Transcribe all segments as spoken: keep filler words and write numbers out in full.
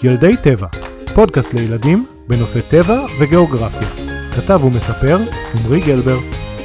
ילדי טבע, פודקאסט לילדים בנושא טבע וגיאוגרפיה. כתב ומספר עמרי גלבר.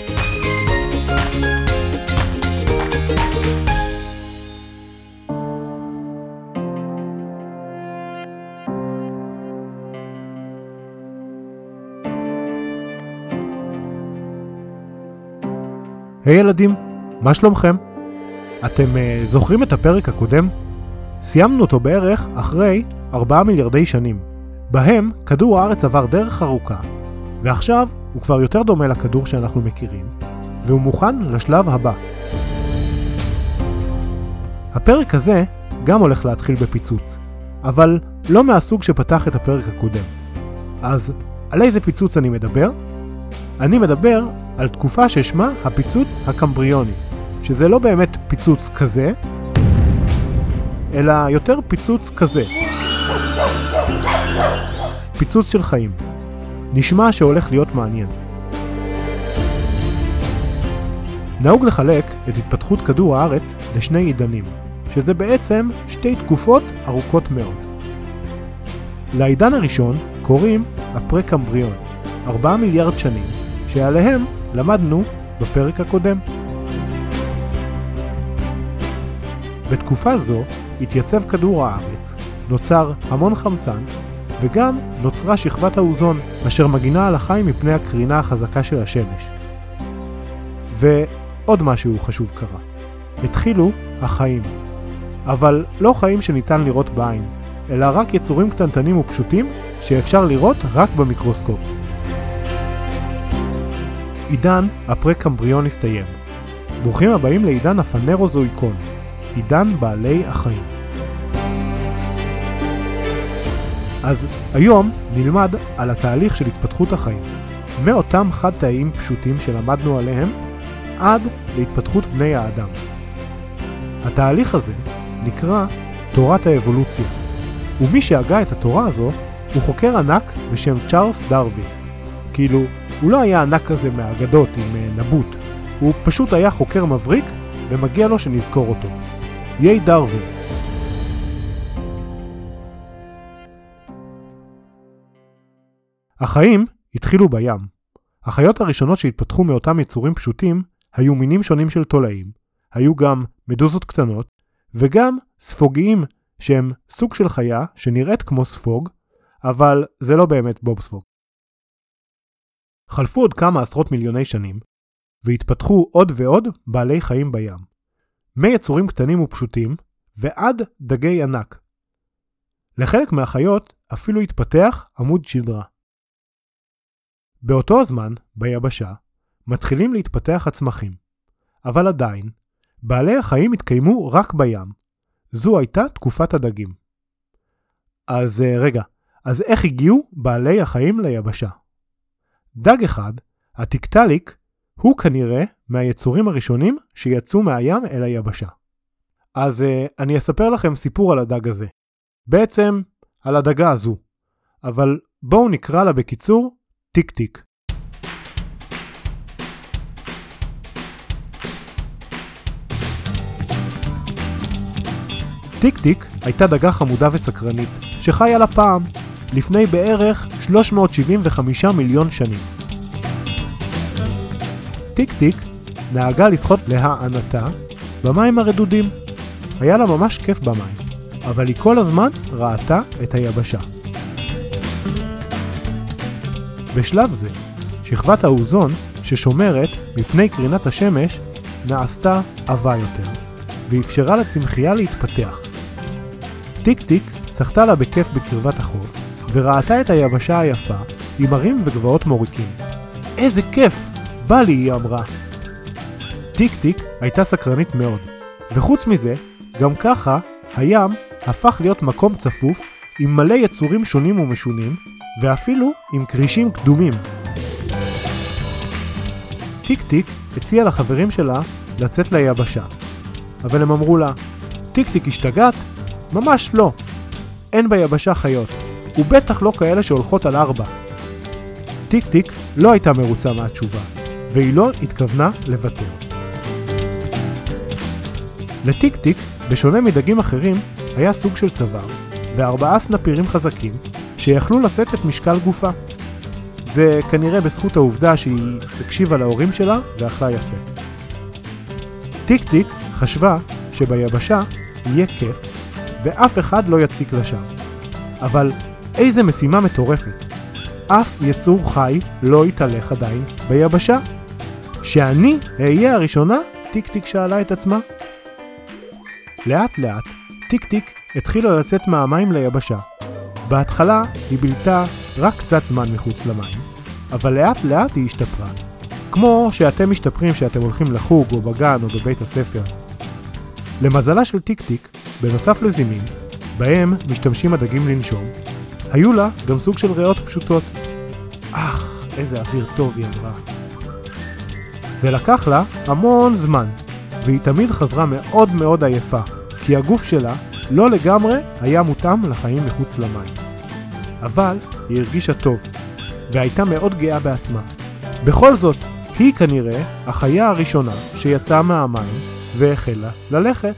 היי hey, ילדים, מה שלומכם? אתם uh, זוכרים את הפרק הקודם? סיימנו אותו בערך אחרי ארבעה מיליארדי שנים, בהם כדור הארץ עבר דרך ארוכה, ועכשיו הוא כבר יותר דומה לכדור שאנחנו מכירים, והוא מוכן לשלב הבא. הפרק הזה גם הולך להתחיל בפיצוץ, אבל לא מהסוג שפתח את הפרק הקודם. אז על איזה פיצוץ אני מדבר? אני מדבר על תקופה ששמה הפיצוץ הקמבריוני, שזה לא באמת פיצוץ כזה, אלא יותר פיצוץ כזה. פיצוץ של חיים. נשמע שהולך להיות מעניין. נהוג לחלק את התפתחות כדור הארץ לשני עידנים, שזה בעצם שתי תקופות ארוכות מאוד. לעידן הראשון קוראים הפרה-קמבריון, ארבעה מיליארד שנים, שעליהם למדנו בפרק הקודם. בתקופה זו התייצב כדור הארץ, נוצר המון חמצן, וגם נוצרה שכבת האוזון, אשר מגינה על החיים מפני הקרינה החזקה של השמש. ועוד משהו חשוב קרה. התחילו החיים. אבל לא חיים שניתן לראות בעין, אלא רק יצורים קטנטנים ופשוטים שאפשר לראות רק במיקרוסקופ. עידן הפרה-קמבריון הסתיים. ברוכים הבאים לעידן הפנרוזואיקון, עידן בעלי החיים. אז היום נלמד על התהליך של התפתחות החיים, מאותם חד תאיים פשוטים שלמדנו עליהם, עד להתפתחות בני האדם. התהליך הזה נקרא תורת האבולוציה, ומי שהגה את התורה הזו הוא חוקר ענק בשם צ'ארלס דרווין. כאילו, הוא לא היה ענק כזה מהאגדות עם נבוט, הוא פשוט היה חוקר מבריק ומגיע לו שנזכור אותו. ייי דרווין. החיים התחילו בים. החיות הראשונות שהתפתחו מאותם יצורים פשוטים היו מינים שונים של תולעים, היו גם מדוזות קטנות, וגם ספוגיים שהם סוג של חיה שנראית כמו ספוג, אבל זה לא באמת בוב ספוג. חלפו עוד כמה עשרות מיליוני שנים, והתפתחו עוד ועוד בעלי חיים בים. מיצורים קטנים ופשוטים, ועד דגי ענק. לחלק מהחיות אפילו התפתח עמוד שדרה. באותו הזמן, ביבשה, מתחילים להתפתח הצמחים. אבל עדיין, בעלי החיים התקיימו רק בים. זו הייתה תקופת הדגים. אז רגע, אז איך הגיעו בעלי החיים ליבשה? דג אחד, הטיקטליק, הוא כנראה מהיצורים הראשונים שיצאו מהים אל היבשה. אז אני אספר לכם סיפור על הדג הזה. בעצם על הדגה הזו. אבל בואו נקרא לה בקיצור טיק טיק. טיק טיק הייתה דגה חמודה וסקרנית, שחיה לה פעם, לפני בערך שלוש מאות שבעים וחמישה מיליון שנים. טיק טיק נהגה לשחות להענתה במים הרדודים. היה לה ממש כיף במים, אבל היא כל הזמן ראתה את היבשה. בשלב זה, שכבת האוזון ששומרת מפני קרינת השמש נעשתה עבה יותר, ואפשרה לצמחייה להתפתח. טיק טיק שחתה לה בכיף בקרבת החוף, וראתה את היבשה היפה עם הרים וגבעות מוריקים. איזה כיף! בא לי, היא אמרה. טיק טיק הייתה סקרנית מאוד, וחוץ מזה, גם ככה, הים הפך להיות מקום צפוף עם מלא יצורים שונים ומשונים, ואפילו עם קרישים קדומים. טיק טיק הציעה לחברים שלה לצאת ליבשה, אבל הם אמרו לה, טיק טיק השתגעת? ממש לא. אין ביבשה חיות, ובטח לא כאלה שהולכות על ארבע. טיק טיק לא הייתה מרוצה מהתשובה, והיא לא התכוונה לוותר. לטיק טיק, בשונה מדגים אחרים, היה סוג של צוואר, וארבעה סנפירים חזקים שיכלו לשאת את משקל גופה. זה כנראה בזכות העובדה שהיא הקשיבה להורים שלה ואכלה יפה. טיק טיק חשבה שביבשה יהיה כיף ואף אחד לא יציק לה שם. אבל איזה משימה מטורפת. אף יצור חי לא יתהלך עדיין ביבשה. שאני אהיה הראשונה? טיק טיק שאלה את עצמה. לאט לאט טיק טיק התחילה לצאת מהמים ליבשה. בהתחלה היא בילתה רק קצת זמן מחוץ למים, אבל לאט לאט היא השתפרה. כמו שאתם משתפרים שאתם הולכים לחוג או בגן או בבית הספר. למזלה של טיק טיק, בנוסף לזימים, בהם משתמשים הדגים לנשום, היו לה גם סוג של ריאות פשוטות. אך, איזה אוויר טוב היא אמרה. זה לקח לה המון זמן, והיא תמיד חזרה מאוד מאוד עייפה, כי הגוף שלה לא לגמרי היה מותאם לחיים מחוץ למים. אבל היא הרגישה טוב, והייתה מאוד גאה בעצמה. בכל זאת, היא כנראה החיה הראשונה שיצאה מהמים והחלה ללכת.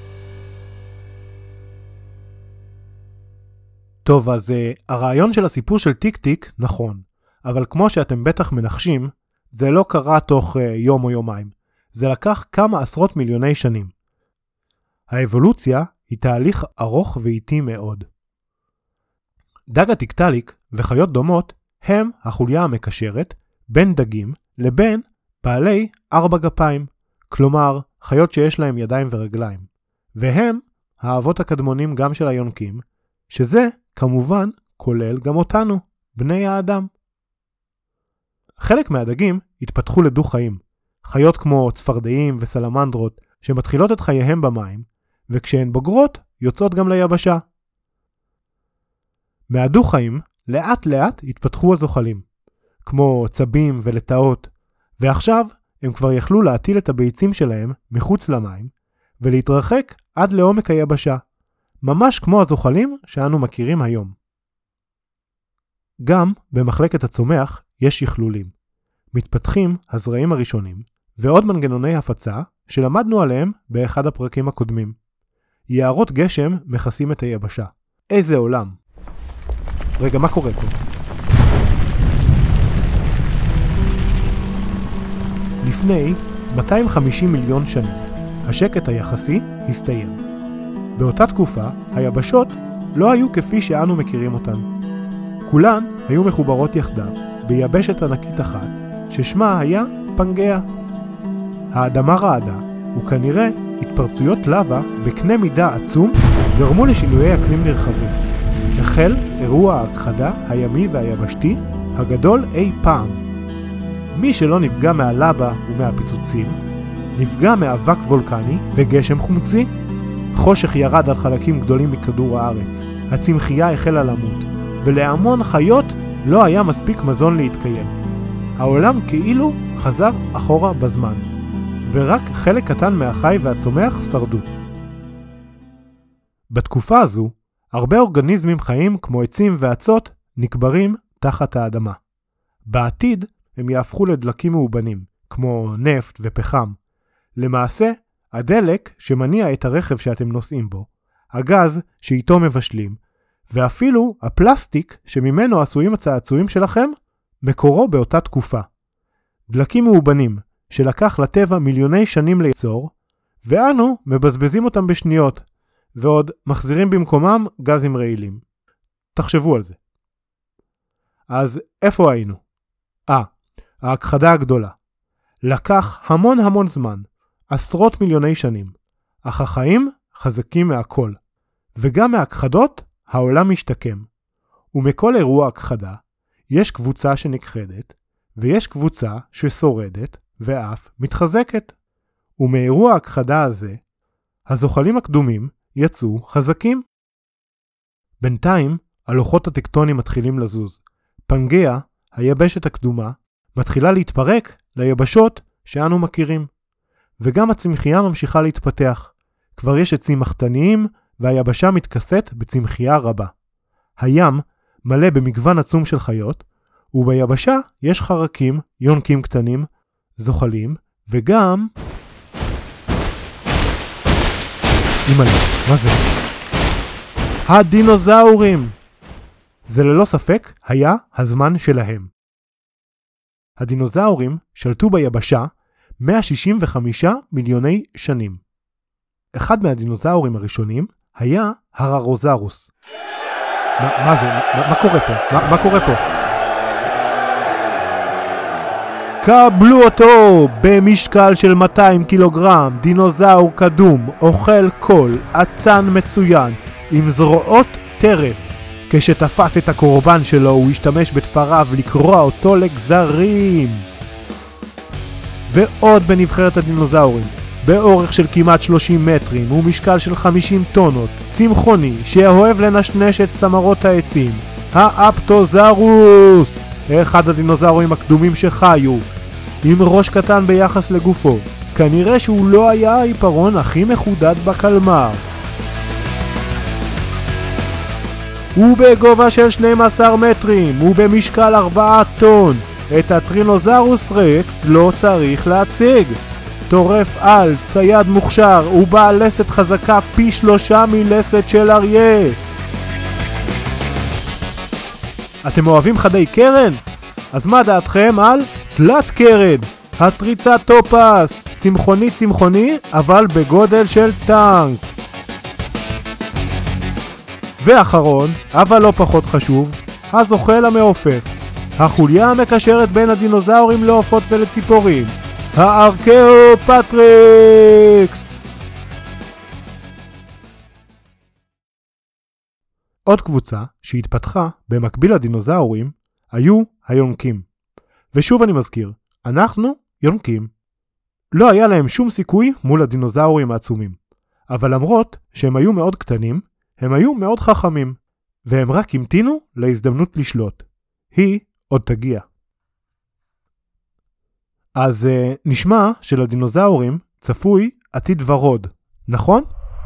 טוב, אז uh, הרעיון של הסיפור של טיק טיק נכון, אבל כמו שאתם בטח מנחשים, זה לא קרה תוך uh, יום או יומיים. זה לקח כמה עשרות מיליוני שנים. האבולוציה היא תהליך ארוך ואיטי מאוד. דג הטיקטליק וחיות דומות הם החוליה המקשרת בין דגים לבין בעלי ארבע גפיים, כלומר חיות שיש להם ידיים ורגליים, והם האבות הקדמונים גם של היונקים, שזה כמובן כולל גם אותנו, בני האדם. חלק מהדגים התפתחו לדו-חיים, חיות כמו צפרדעים וסלמנדרות שמתחילות את חייהם במים, וכשהן בוגרות יוצאות גם ליבשה. מהדו-חיים לאט לאט התפתחו הזוחלים, כמו צבים ולטאות, ועכשיו הם כבר יכלו להטיל את הביצים שלהם מחוץ למים, ולהתרחק עד לעומק היבשה, ממש כמו הזוחלים שאנו מכירים היום. גם במחלקת הצומח יש שכלולים. מתפתחים הזרעים הראשונים, ועוד מנגנוני הפצה שלמדנו עליהם באחד הפרקים הקודמים. יערות גשם מכסים את היבשה. איזה עולם. רגע, מה קורה פה? לפני מאתיים וחמישים מיליון שנים, השקט היחסי הסתיים. באותה תקופה, היבשות לא היו כפי שאנו מכירים אותן. כולן היו מחוברות יחדיו ביבשת ענקית אחת, ששמה היה פנגאה. האדמה רעדה, וכנראה התפרצויות לבה בקנה מידה עצום גרמו לשינויי אקלים נרחבים. החל אירוע ההכחדה הימי והיבשתי הגדול אי פעם. מי שלא נפגע מהלבה ומהפיצוצים, נפגע מאבק וולקני וגשם חומצי. חושך ירד על חלקים גדולים מכדור הארץ. הצמחייה החלה למות, ולהמון חיות לא היה מספיק מזון להתקיים. העולם כאילו חזר אחורה בזמן, ורק חלק קטן מהחי והצומח שרדו. בתקופה הזו, הרבה אורגניזמים חיים כמו עצים ועצות נקברים תחת האדמה. בעתיד הם יהפכו לדלקים מאובנים, כמו נפט ופחם. למעשה, הדלק שמניע את הרכב שאתם נוסעים בו, הגז שאיתו מבשלים, ואפילו הפלסטיק שממנו עשויים הצעצועים שלכם, מקורו באותה תקופה. דלקים מאובנים שלקח לטבע מיליוני שנים ליצור, ואנו מבזבזים אותם בשניות, ועוד מחזירים במקומם גזים רעילים. תחשבו על זה. אז איפה היינו? אה, ההכחדה הגדולה. לקח המון המון זמן, עשרות מיליוני שנים, אך החיים חזקים מהכל, וגם מהכחדות העולם משתקם. ומכל אירוע הכחדה, יש קבוצה שנכחדת, ויש קבוצה ששורדת ואף מתחזקת. ומאירוע הכחדה הזה, הזוחלים הקדומים יצאו חזקים. בינתיים, הלוחות הטקטונים מתחילים לזוז. פנגאה, היבשת הקדומה, מתחילה להתפרק ליבשות שאנו מכירים. וגם הצמחייה ממשיכה להתפתח. כבר יש עצים מחתניים, והיבשה מתכסת בצמחייה רבה. הים מלא במגוון עצום של חיות, וביבשה יש חרקים, יונקים קטנים, זוחלים, וגם... אימא'לה, מה זה? הדינוזאורים! זה ללא ספק היה הזמן שלהם. הדינוזאורים שלטו ביבשה מאה שישים וחמישה מיליוני שנים. אחד מהדינוזאורים הראשונים היה הררוזרוס. מה, מה זה? מה, מה קורה פה? מה, מה קורה פה? קבלו אותו! במשקל של מאתיים קילוגרם, דינוזאור קדום, אוכל קול, עצן מצוין, עם זרועות טרף. כשתפס את הקורבן שלו הוא השתמש בתפריו לקרוע אותו לגזרים. ועוד בנבחרת הדינוזאורים, באורך של כמעט שלושים מטרים ומשקל של חמישים טונות, צמחוני שאוהב לנשנש את צמרות העצים, האפטוזרוס, אחד הדינוזאורים הקדומים שחיו, עם ראש קטן ביחס לגופו. כנראה שהוא לא היה העיפרון הכי מחודד בקלמר. הוא בגובה של שנים עשר מטרים, הוא במשקל ארבעה טון. את הטרינוזרוס רקס לא צריך להציג. טורף על, צייד מוכשר, הוא בעל לסת חזקה פי שלושה מלסת של אריה. אתם אוהבים חדי קרן? אז מה דעתכם על תלת קרן? הטריצטופס, צמחוני צמחוני, אבל בגודל של טנק. ואחרון, אבל לא פחות חשוב, הזוחל המעופף. החוליה המקשרת בין הדינוזאורים לעופות ולציפורים. הארקאופטריקס! עוד קבוצה שהתפתחה במקביל לדינוזאורים היו היונקים. ושוב אני מזכיר, אנחנו יונקים. לא היה להם שום סיכוי מול הדינוזאורים העצומים. אבל למרות שהם היו מאוד קטנים, הם היו מאוד חכמים, והם רק המתינו להזדמנות לשלוט. היא עוד תגיע. אז uh, נשמע שלדינוזאורים צפוי עתיד ורוד, נכון?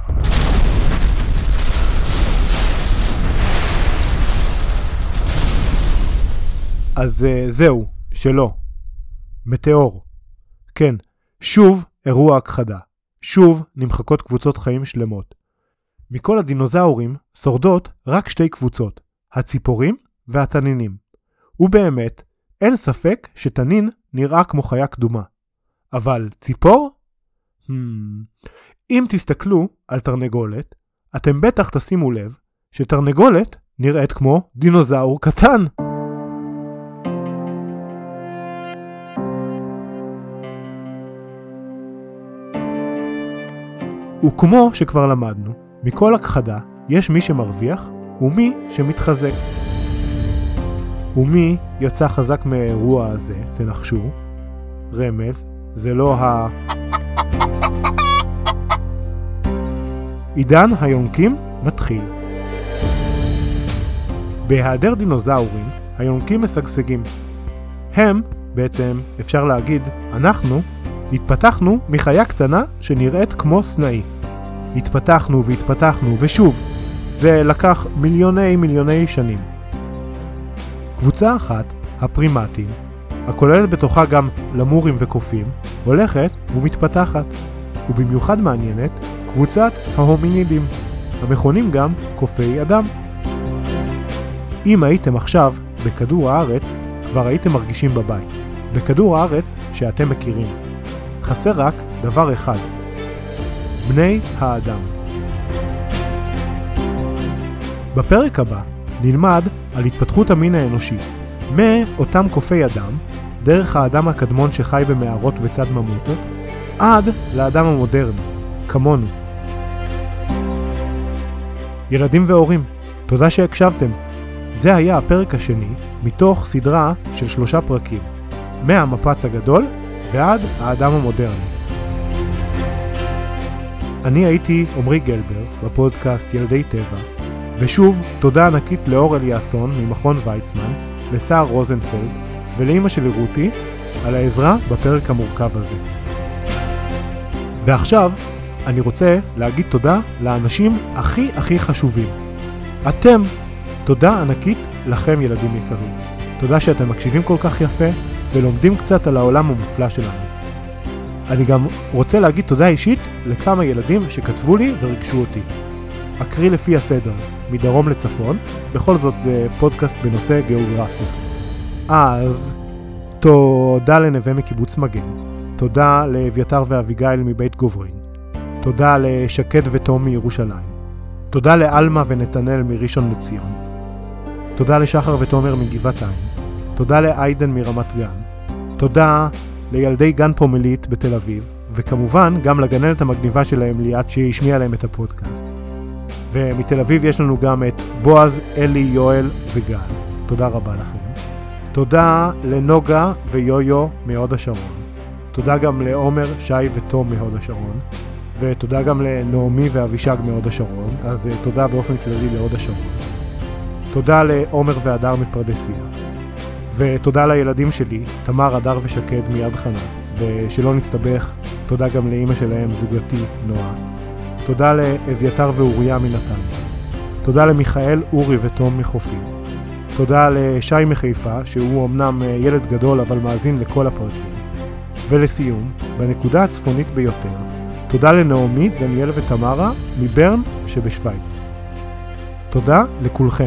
אז uh, זהו, שלא. מטאור. כן, שוב אירוע הכחדה. שוב נמחקות קבוצות חיים שלמות. מכל הדינוזאורים שורדות רק שתי קבוצות, הציפורים והתנינים. ובאמת, אין ספק שתנין נראה כמו חיה קדומה. אבל ציפור? Hmm. אם תסתכלו על תרנגולת, אתם בטח תשימו לב שתרנגולת נראית כמו דינוזאור קטן. וכמו שכבר למדנו, מכל הכחדה יש מי שמרוויח ומי שמתחזק. ומי יצא חזק מהאירוע הזה, תנחשו. רמז, זה לא ה... עידן היונקים מתחיל. בהיעדר דינוזאורים, היונקים משגשגים. הם, בעצם אפשר להגיד, אנחנו, התפתחנו מחיה קטנה שנראית כמו סנאי. התפתחנו והתפתחנו ושוב, זה לקח מיליוני מיליוני שנים. קבוצה אחת, הפרימטים, הכוללת בתוכה גם למורים וקופים, הולכת ומתפתחת, ובמיוחד מעניינת קבוצת ההומינידים, המכונים גם קופי אדם. אם הייתם עכשיו בכדור הארץ, כבר הייתם מרגישים בבית. בכדור הארץ שאתם מכירים. חסר רק דבר אחד. בני האדם. בפרק הבא נלמד על התפתחות המין האנושי, מאותם קופי אדם, דרך האדם הקדמון שחי במערות וצד ממוטות, עד לאדם המודרני, כמונו. ילדים והורים, תודה שהקשבתם. זה היה הפרק השני מתוך סדרה של שלושה פרקים, מהמפץ הגדול ועד האדם המודרני. אני הייתי עומרי גלבר בפודקאסט ילדי טבע, ושוב תודה ענקית לאור אליאסון ממכון ויצמן, לסער רוזנפלד ולאמא שלי רותי על העזרה בפרק המורכב הזה. ועכשיו אני רוצה להגיד תודה לאנשים הכי הכי חשובים. אתם, תודה ענקית לכם ילדים יקרים. תודה שאתם מקשיבים כל כך יפה ולומדים קצת על העולם המופלא שלנו. אני גם רוצה להגיד תודה אישית לכמה ילדים שכתבו לי ורגשו אותי. אקריא לפי הסדר, מדרום לצפון, בכל זאת זה פודקאסט בנושא גיאוגרפיה. אז תודה לנווה מקיבוץ מגן, תודה לאביתר ואביגיל מבית גוברין, תודה לשקד ותום מירושלים, תודה לאלמה ונתנאל מראשון לציון, תודה לשחר ותומר מגבעתיים, תודה לאיידן מרמת גן, תודה לילדי גן פומלית בתל אביב, וכמובן גם לגננת המגניבה שלהם ליאת שהשמיעה להם את הפודקאסט. ומתל אביב יש לנו גם את בועז, אלי, יואל וגל. תודה רבה לכם. תודה לנוגה ויויו מהוד השרון. תודה גם לעומר, שי ותום מהוד השרון. ותודה גם לנעמי ואבישג מהוד השרון. אז תודה באופן כללי להוד השרון. תודה לעומר והדר מפרדסיה. ותודה לילדים שלי, תמר, הדר ושקד מיד חנה. ושלא נצטבך, תודה גם לאמא שלהם, זוגתי, נועה. תודה לאביתר ואוריה מנתניה. תודה למיכאל, אורי ותום מחופים. תודה לשי מחיפה, שהוא אמנם ילד גדול אבל מאזין לכל הפרקים. ולסיום, בנקודה הצפונית ביותר, תודה לנעמי, דניאל ותמרה מברן שבשוויץ. תודה לכולכם.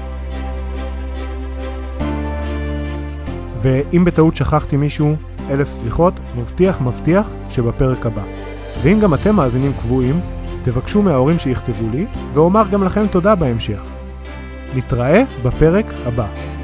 ואם בטעות שכחתי מישהו, אלף סליחות, מבטיח מבטיח שבפרק הבא. ואם גם אתם מאזינים קבועים, תבקשו מההורים שיכתבו לי, ואומר גם לכם תודה בהמשך. נתראה בפרק הבא.